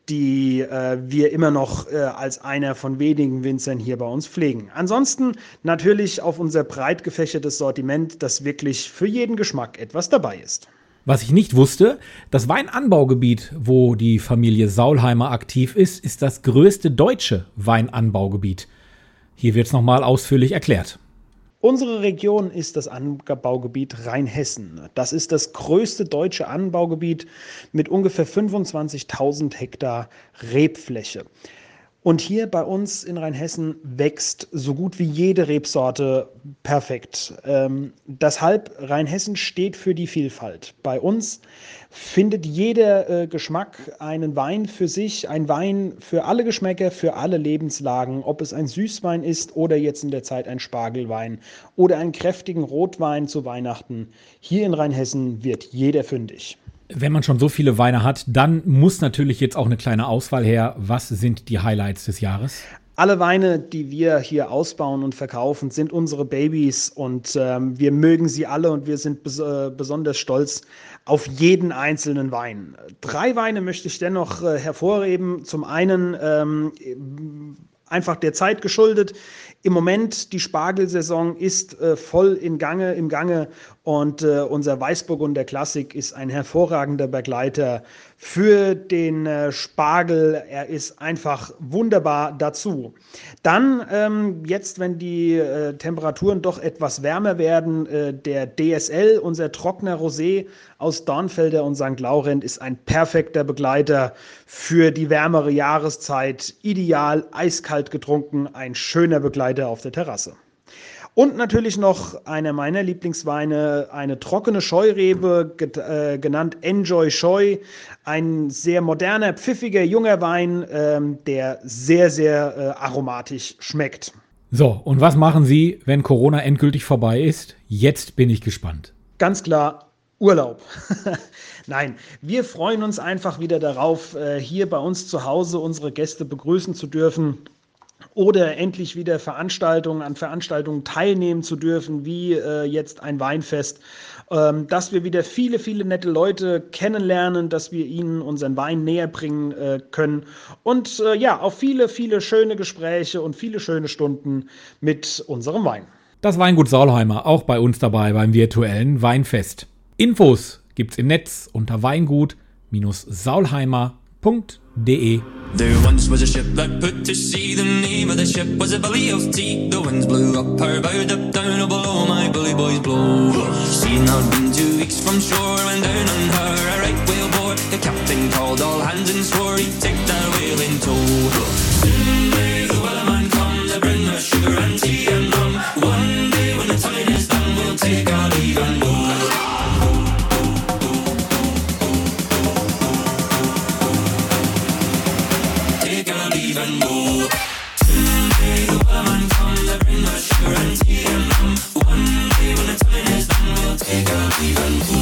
die wir immer noch als einer von wenigen Winzern hier bei uns pflegen. Ansonsten natürlich auf unser breit gefächertes Sortiment, das wirklich für jeden Geschmack etwas dabei ist. Was ich nicht wusste, das Weinanbaugebiet, wo die Familie Saulheimer aktiv ist, ist das größte deutsche Weinanbaugebiet. Hier wird es nochmal ausführlich erklärt. Unsere Region ist das Anbaugebiet Rheinhessen. Das ist das größte deutsche Anbaugebiet mit ungefähr 25.000 Hektar Rebfläche. Und hier bei uns in Rheinhessen wächst so gut wie jede Rebsorte perfekt. Deshalb Rheinhessen steht für die Vielfalt. Bei uns findet jeder Geschmack einen Wein für sich, ein Wein für alle Geschmäcker, für alle Lebenslagen, ob es ein Süßwein ist oder jetzt in der Zeit ein Spargelwein oder einen kräftigen Rotwein zu Weihnachten. Hier in Rheinhessen wird jeder fündig. Wenn man schon so viele Weine hat, dann muss natürlich jetzt auch eine kleine Auswahl her. Was sind die Highlights des Jahres? Alle Weine, die wir hier ausbauen und verkaufen, sind unsere Babys und wir mögen sie alle und wir sind besonders stolz auf jeden einzelnen Wein. 3 Weine möchte ich dennoch hervorheben. Zum einen einfach der Zeit geschuldet. Im Moment, die Spargelsaison ist voll im Gange und unser Weißburgunder Klassik ist ein hervorragender Begleiter für den Spargel. Er ist einfach wunderbar dazu. Dann, jetzt, wenn die Temperaturen doch etwas wärmer werden, der DSL, unser trockener Rosé aus Dornfelder und St. Laurent, ist ein perfekter Begleiter für die wärmere Jahreszeit. Ideal, eiskalt getrunken, ein schöner Begleiter auf der Terrasse. Und natürlich noch einer meiner Lieblingsweine, eine trockene Scheurebe, genannt Enjoy Scheu. Ein sehr moderner, pfiffiger, junger Wein, der sehr, sehr aromatisch schmeckt. So, und was machen Sie, wenn Corona endgültig vorbei ist? Jetzt bin ich gespannt. Ganz klar, Urlaub. Nein, wir freuen uns einfach wieder darauf, hier bei uns zu Hause unsere Gäste begrüßen zu dürfen. oder endlich wieder an Veranstaltungen teilnehmen zu dürfen, wie jetzt ein Weinfest, dass wir wieder viele, viele nette Leute kennenlernen, dass wir ihnen unseren Wein näher bringen können und auf viele, viele schöne Gespräche und viele schöne Stunden mit unserem Wein. Das Weingut Saulheimer auch bei uns dabei beim virtuellen Weinfest. Infos gibt's im Netz unter weingut-saulheimer.de. There once was a ship that put to sea. The name of the ship was a Billy of Tea. The winds blew up her bow, up down, oh below my bully boys blow. She had not been 2 weeks from shore when down on her a right whale bore. The captain called all hands and swore he'd take that whale in tow. Soon may the wellerman come to bring us sugar and tea and rum. One day when the time is done, we'll take our leave and go. Even more. Someday the wellerman comes to bring us sugar and tea and rum. One day when the time is done, we'll take our leave and go.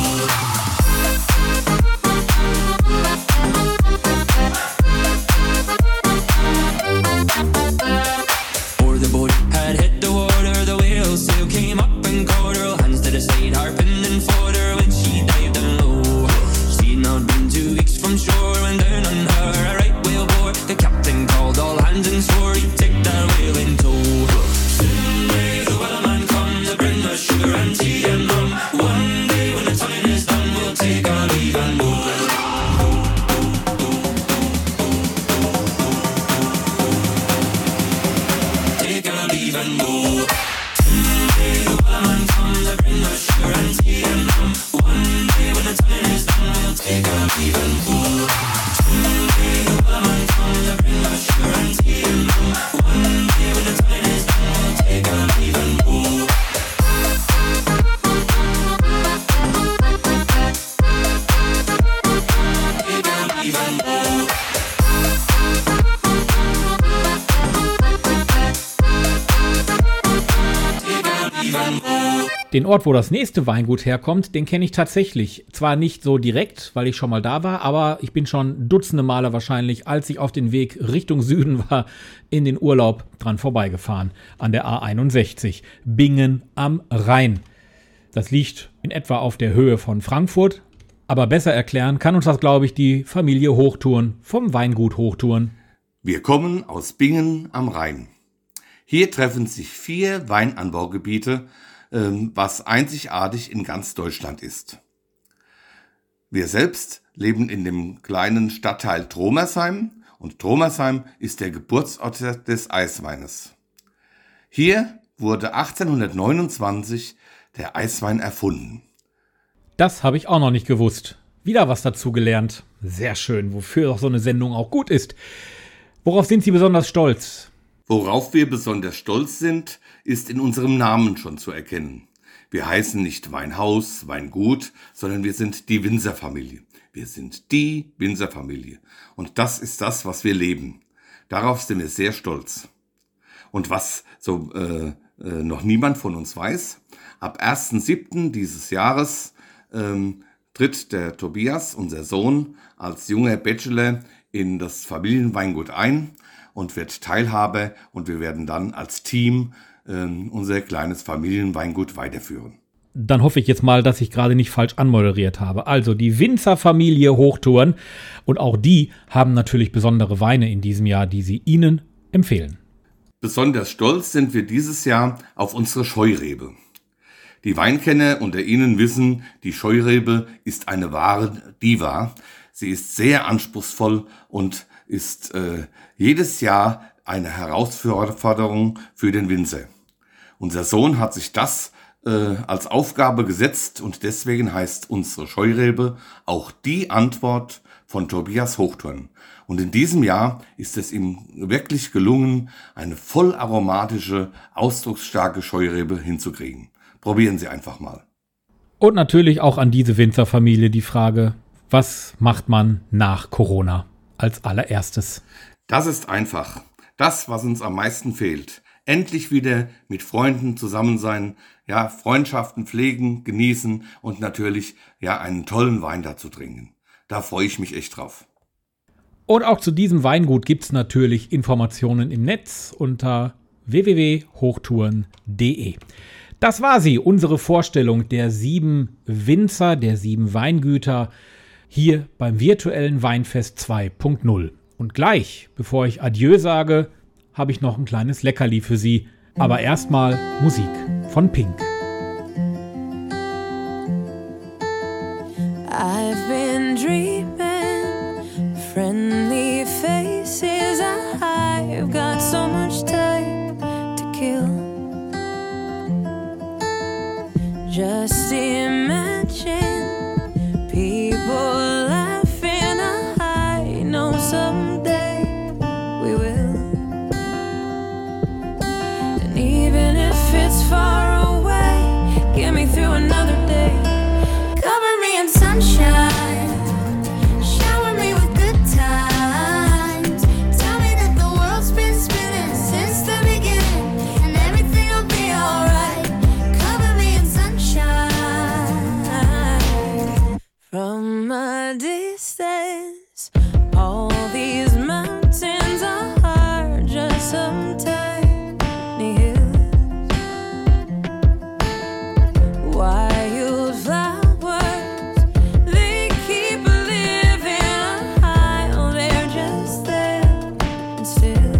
Before the boat had hit the water, the whale sail came up and caught her. All hands to the side, harping and fought her when she dived down low. She'd not been 2 weeks from shore when down on her a right whale bore. The captain called all hands and swore he'd take that whale in tow. Soon may the wellerman come to bring us sugar and tea and rum. One day when the time is done, we'll take our leave and go. Take our leave and go. Soon may the wellerman come to bring us sugar and tea and rum. One day when the time is done, we'll take our leave and go. Soon may the wellerman come to bring us sugar and tea and rum. One day when the time is done, we'll take our leave and go. Take our leave and go. Den Ort, wo das nächste Weingut herkommt, den kenne ich tatsächlich. Zwar nicht so direkt, weil ich schon mal da war, aber ich bin schon dutzende Male wahrscheinlich, als ich auf den Weg Richtung Süden war, in den Urlaub dran vorbeigefahren. An der A61, Bingen am Rhein. Das liegt in etwa auf der Höhe von Frankfurt. Aber besser erklären kann uns das, glaube ich, die Familie Hochtouren vom Weingut Hochtouren. Wir kommen aus Bingen am Rhein. Hier treffen sich 4 Weinanbaugebiete, was einzigartig in ganz Deutschland ist. Wir selbst leben in dem kleinen Stadtteil Tromersheim und Tromersheim ist der Geburtsort des Eisweines. Hier wurde 1829 der Eiswein erfunden. Das habe ich auch noch nicht gewusst. Wieder was dazu gelernt. Sehr schön, wofür auch so eine Sendung auch gut ist. Worauf sind Sie besonders stolz? Worauf wir besonders stolz sind, ist in unserem Namen schon zu erkennen. Wir heißen nicht Weinhaus, Weingut, sondern wir sind die Winzerfamilie. Wir sind die Winzerfamilie. Und das ist das, was wir leben. Darauf sind wir sehr stolz. Und was so noch niemand von uns weiß, ab 1.7. dieses Jahres tritt der Tobias, unser Sohn, als junger Bachelor in das Familienweingut ein und wird Teilhaber und wir werden dann als Team unser kleines Familienweingut weiterführen. Dann hoffe ich jetzt mal, dass ich gerade nicht falsch anmoderiert habe. Also die Winzerfamilie Hochtouren und auch die haben natürlich besondere Weine in diesem Jahr, die sie Ihnen empfehlen. Besonders stolz sind wir dieses Jahr auf unsere Scheurebe. Die Weinkenner unter Ihnen wissen, die Scheurebe ist eine wahre Diva. Sie ist sehr anspruchsvoll und ist jedes Jahr eine Herausforderung für den Winzer. Unser Sohn hat sich das als Aufgabe gesetzt und deswegen heißt unsere Scheurebe auch die Antwort von Tobias Hochtouren. Und in diesem Jahr ist es ihm wirklich gelungen, eine voll aromatische, ausdrucksstarke Scheurebe hinzukriegen. Probieren Sie einfach mal. Und natürlich auch an diese Winzerfamilie die Frage, was macht man nach Corona als allererstes? Das ist einfach. Das, was uns am meisten fehlt. Endlich wieder mit Freunden zusammen sein, ja, Freundschaften pflegen, genießen und natürlich, ja, einen tollen Wein dazu trinken. Da freue ich mich echt drauf. Und auch zu diesem Weingut gibt es natürlich Informationen im Netz unter www.hochtouren.de. Das war sie, unsere Vorstellung der 7 Winzer, der 7 Weingüter hier beim virtuellen Weinfest 2.0. Und gleich, bevor ich Adieu sage, habe ich noch ein kleines Leckerli für Sie. Aber erstmal Musik von Pink. I've been dreaming, friendly faces. I've got so much time to kill. Just imagine people laughing. I know someday we will. And even if it's far away, get me through another day. Cover me in sunshine, shower me with good times. Tell me that the world's been spinning since the beginning, and everything will be alright. Cover me in sunshine. From a distance, all these mountains are just some tiny hills. Wildflowers, they keep living high. Oh, they're just there and still.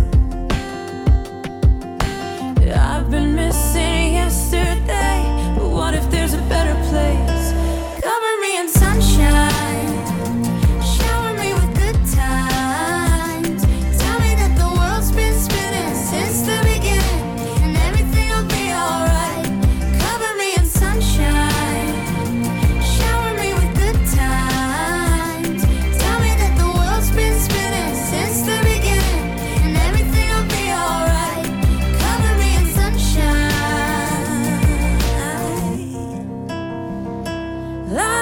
I've been missing yesterday, but what if there's a better place? Cover me in sunshine, shower me with good times. Tell me that the world's been spinning since the beginning, and everything will be alright. Cover me in sunshine, shower me with good times. Tell me that the world's been spinning since the beginning, and everything will be alright. Cover me in sunshine. La la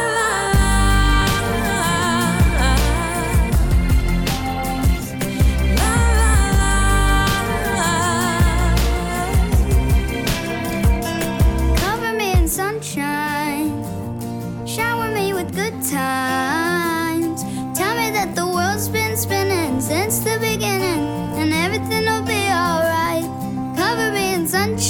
Cover me in sunshine, shower me with good times. Tell me that the world's been spinning since the beginning, and everything will be alright. Cover me in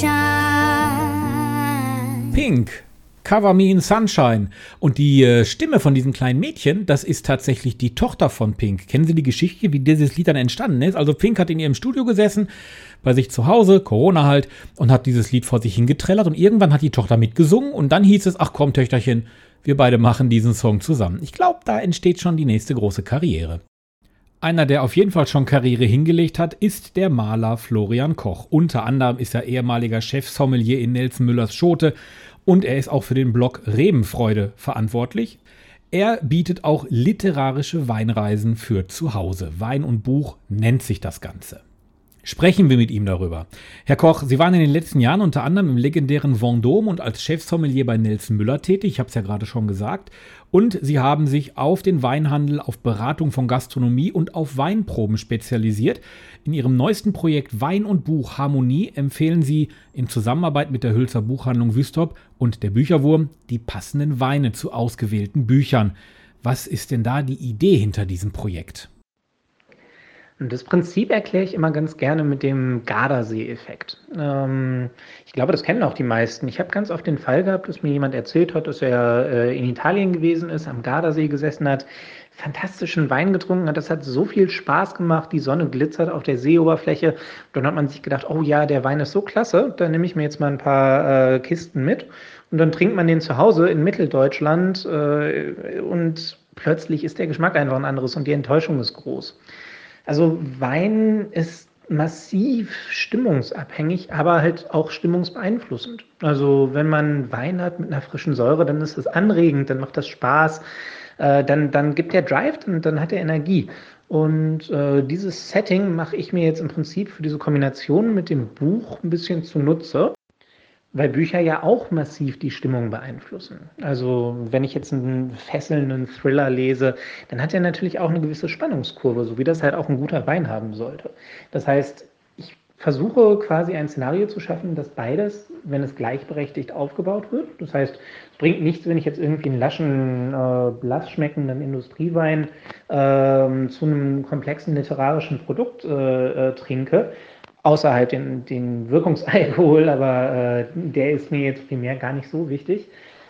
sunshine. Pink, Cover Me in Sunshine. Und die Stimme von diesem kleinen Mädchen, das ist tatsächlich die Tochter von Pink. Kennen Sie die Geschichte, wie dieses Lied dann entstanden ist? Also Pink hat in ihrem Studio gesessen, bei sich zu Hause, Corona halt, und hat dieses Lied vor sich hingetrellert. Und irgendwann hat die Tochter mitgesungen und dann hieß es, ach komm Töchterchen, wir beide machen diesen Song zusammen. Ich glaube, da entsteht schon die nächste große Karriere. Einer, der auf jeden Fall schon Karriere hingelegt hat, ist der Maler Florian Koch. Unter anderem ist er ehemaliger Chefsommelier in Nelson Müllers Schote und er ist auch für den Blog Rebenfreude verantwortlich. Er bietet auch literarische Weinreisen für zu Hause. Wein und Buch nennt sich das Ganze. Sprechen wir mit ihm darüber. Herr Koch, Sie waren in den letzten Jahren unter anderem im legendären Vendôme und als Chefsommelier bei Nelson Müller tätig, ich habe es ja gerade schon gesagt. Und Sie haben sich auf den Weinhandel, auf Beratung von Gastronomie und auf Weinproben spezialisiert. In Ihrem neuesten Projekt Wein und Buch Harmonie empfehlen Sie in Zusammenarbeit mit der Hülser Buchhandlung Wüstop und der Bücherwurm die passenden Weine zu ausgewählten Büchern. Was ist denn da die Idee hinter diesem Projekt? Und das Prinzip erkläre ich immer ganz gerne mit dem Gardasee-Effekt. Ich glaube, das kennen auch die meisten. Ich habe ganz oft den Fall gehabt, dass mir jemand erzählt hat, dass er in Italien gewesen ist, am Gardasee gesessen hat, fantastischen Wein getrunken hat. Das hat so viel Spaß gemacht, die Sonne glitzert auf der Seeoberfläche. Dann hat man sich gedacht, oh ja, der Wein ist so klasse, dann nehme ich mir jetzt mal ein paar Kisten mit. Und dann trinkt man den zu Hause in Mitteldeutschland und plötzlich ist der Geschmack einfach ein anderes und die Enttäuschung ist groß. Also Wein ist massiv stimmungsabhängig, aber halt auch stimmungsbeeinflussend. Also wenn man Wein hat mit einer frischen Säure, dann ist das anregend, dann macht das Spaß, dann gibt der Drive, dann hat er Energie. Und dieses Setting mache ich mir jetzt im Prinzip für diese Kombination mit dem Buch ein bisschen zunutze, weil Bücher ja auch massiv die Stimmung beeinflussen. Also wenn ich jetzt einen fesselnden Thriller lese, dann hat er natürlich auch eine gewisse Spannungskurve, so wie das halt auch ein guter Wein haben sollte. Das heißt, ich versuche quasi ein Szenario zu schaffen, dass beides, wenn es gleichberechtigt aufgebaut wird, das heißt, es bringt nichts, wenn ich jetzt irgendwie einen laschen, blass schmeckenden Industriewein zu einem komplexen literarischen Produkt trinke, außer halt den Wirkungsalkohol, aber der ist mir jetzt primär gar nicht so wichtig.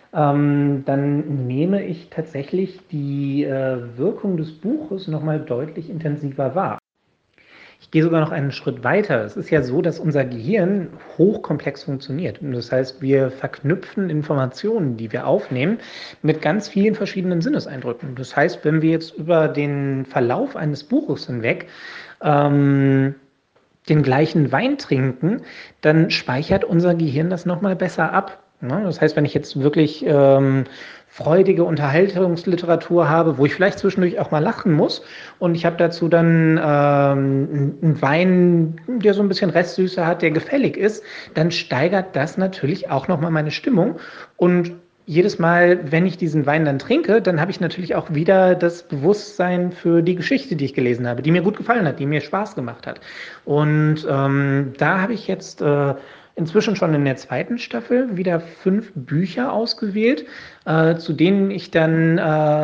Dann nehme ich tatsächlich die Wirkung des Buches nochmal deutlich intensiver wahr. Ich gehe sogar noch einen Schritt weiter. Es ist ja so, dass unser Gehirn hochkomplex funktioniert. Und das heißt, wir verknüpfen Informationen, die wir aufnehmen, mit ganz vielen verschiedenen Sinneseindrücken. Das heißt, wenn wir jetzt über den Verlauf eines Buches hinweg den gleichen Wein trinken, dann speichert unser Gehirn das nochmal besser ab. Ja, das heißt, wenn ich jetzt wirklich freudige Unterhaltungsliteratur habe, wo ich vielleicht zwischendurch auch mal lachen muss und ich habe dazu dann einen Wein, der so ein bisschen Restsüße hat, der gefällig ist, dann steigert das natürlich auch nochmal meine Stimmung. Und jedes Mal, wenn ich diesen Wein dann trinke, dann habe ich natürlich auch wieder das Bewusstsein für die Geschichte, die ich gelesen habe, die mir gut gefallen hat, die mir Spaß gemacht hat. Und da habe ich jetzt inzwischen schon in der zweiten Staffel wieder 5 Bücher ausgewählt, zu denen ich dann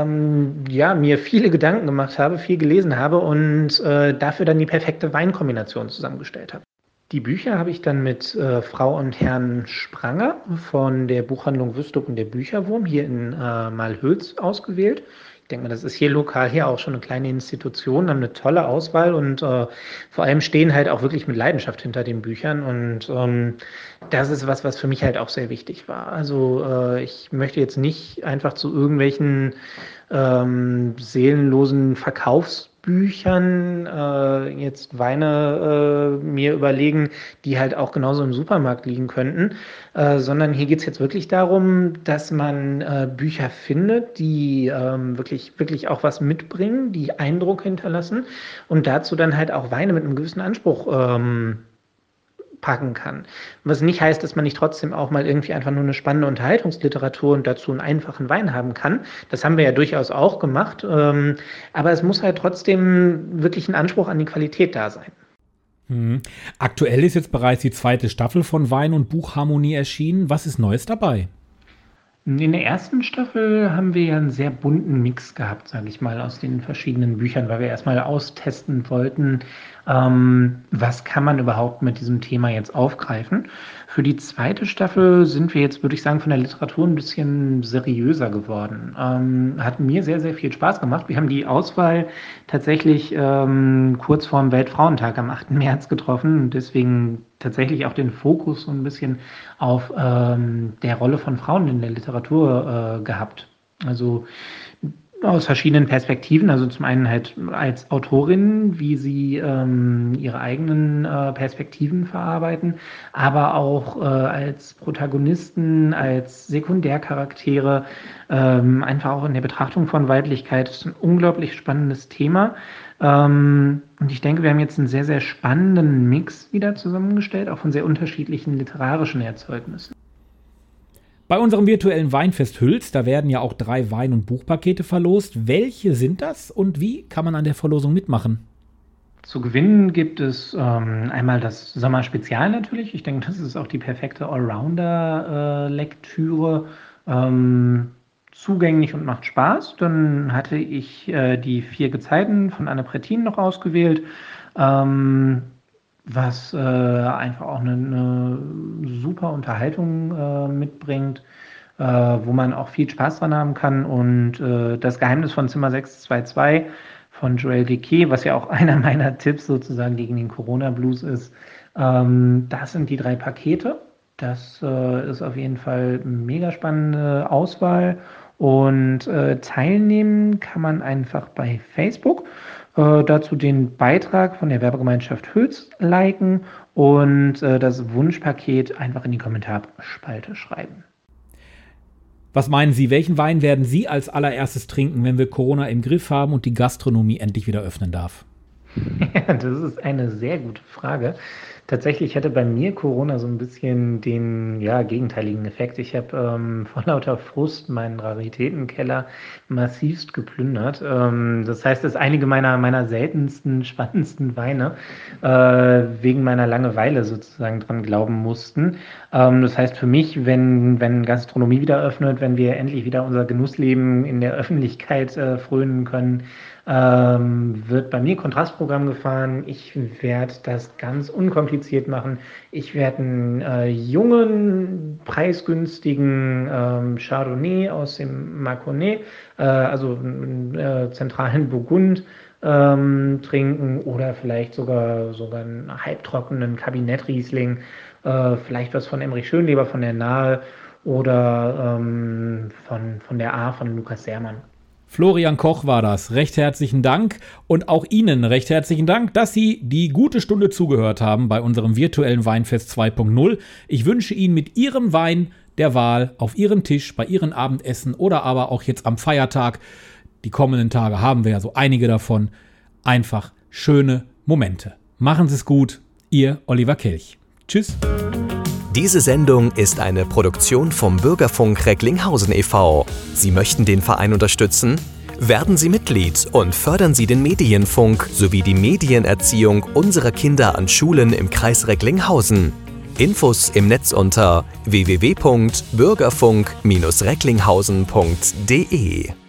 mir viele Gedanken gemacht habe, viel gelesen habe und dafür dann die perfekte Weinkombination zusammengestellt habe. Die Bücher habe ich dann mit Frau und Herrn Spranger von der Buchhandlung Wüstrup und der Bücherwurm hier in Malhöz ausgewählt. Ich denke mal, das ist hier lokal hier auch schon eine kleine Institution, haben eine tolle Auswahl und vor allem stehen halt auch wirklich mit Leidenschaft hinter den Büchern und das ist was für mich halt auch sehr wichtig war. Also ich möchte jetzt nicht einfach zu irgendwelchen seelenlosen Verkaufsbüchern jetzt Weine mir überlegen, die halt auch genauso im Supermarkt liegen könnten, sondern hier geht es jetzt wirklich darum, dass man Bücher findet, die wirklich auch was mitbringen, die Eindruck hinterlassen und dazu dann halt auch Weine mit einem gewissen Anspruch packen kann. Was nicht heißt, dass man nicht trotzdem auch mal irgendwie einfach nur eine spannende Unterhaltungsliteratur und dazu einen einfachen Wein haben kann. Das haben wir ja durchaus auch gemacht. Aber es muss halt trotzdem wirklich ein Anspruch an die Qualität da sein. Aktuell ist jetzt bereits die 2. Staffel von Wein und Buchharmonie erschienen. Was ist Neues dabei? In der ersten Staffel haben wir ja einen sehr bunten Mix gehabt, sage ich mal, aus den verschiedenen Büchern, weil wir erstmal austesten wollten, was kann man überhaupt mit diesem Thema jetzt aufgreifen. Für die 2. Staffel sind wir jetzt, würde ich sagen, von der Literatur ein bisschen seriöser geworden. Hat mir sehr, sehr viel Spaß gemacht. Wir haben die Auswahl tatsächlich kurz vor dem Weltfrauentag am 8. März getroffen und deswegen tatsächlich auch den Fokus so ein bisschen auf der Rolle von Frauen in der Literatur gehabt. Also aus verschiedenen Perspektiven, also zum einen halt als Autorin, wie sie ihre eigenen Perspektiven verarbeiten, aber auch als Protagonisten, als Sekundärcharaktere, einfach auch in der Betrachtung von Weiblichkeit. Das ist ein unglaublich spannendes Thema. Und ich denke, wir haben jetzt einen sehr, sehr spannenden Mix wieder zusammengestellt, auch von sehr unterschiedlichen literarischen Erzeugnissen. Bei unserem virtuellen Weinfest Hüls, da werden ja auch 3 Wein- und Buchpakete verlost. Welche sind das und wie kann man an der Verlosung mitmachen? Zu gewinnen gibt es einmal das Sommerspezial natürlich. Ich denke, das ist auch die perfekte Allrounder-Lektüre. Zugänglich und macht Spaß. Dann hatte ich die 4 Gezeiten von Anne Prettin noch ausgewählt, was einfach auch eine super Unterhaltung mitbringt, wo man auch viel Spaß dran haben kann. Und das Geheimnis von Zimmer 622 von Joël Dicker, was ja auch einer meiner Tipps sozusagen gegen den Corona-Blues ist, das sind die 3 Pakete. Das ist auf jeden Fall eine mega spannende Auswahl. Und teilnehmen kann man einfach bei Facebook. Dazu den Beitrag von der Werbegemeinschaft Hüls liken und das Wunschpaket einfach in die Kommentarspalte schreiben. Was meinen Sie, welchen Wein werden Sie als allererstes trinken, wenn wir Corona im Griff haben und die Gastronomie endlich wieder öffnen darf? Ja, das ist eine sehr gute Frage. Tatsächlich hatte bei mir Corona so ein bisschen den gegenteiligen Effekt. Ich habe vor lauter Frust meinen Raritätenkeller massivst geplündert. Das heißt, dass einige meiner seltensten, spannendsten Weine wegen meiner Langeweile sozusagen dran glauben mussten. Das heißt für mich, wenn Gastronomie wieder öffnet, wenn wir endlich wieder unser Genussleben in der Öffentlichkeit frönen können, wird bei mir Kontrastprogramm gefahren. Ich werde das ganz unkompliziert machen. Ich werde einen jungen, preisgünstigen Chardonnay aus dem Mâconnais, also zentralen Burgund, trinken oder vielleicht sogar einen halbtrockenen Kabinett-Riesling, vielleicht was von Emmerich Schönleber von der Nahe oder von der A von Lukas Sermann. Florian Koch war das. Recht herzlichen Dank und auch Ihnen recht herzlichen Dank, dass Sie die gute Stunde zugehört haben bei unserem virtuellen Weinfest 2.0. Ich wünsche Ihnen mit Ihrem Wein der Wahl auf Ihrem Tisch, bei Ihrem Abendessen oder aber auch jetzt am Feiertag, die kommenden Tage haben wir ja so einige davon, einfach schöne Momente. Machen Sie es gut, Ihr Oliver Kelch. Tschüss. Diese Sendung ist eine Produktion vom Bürgerfunk Recklinghausen e.V. Sie möchten den Verein unterstützen? Werden Sie Mitglied und fördern Sie den Medienfunk sowie die Medienerziehung unserer Kinder an Schulen im Kreis Recklinghausen. Infos im Netz unter www.bürgerfunk-recklinghausen.de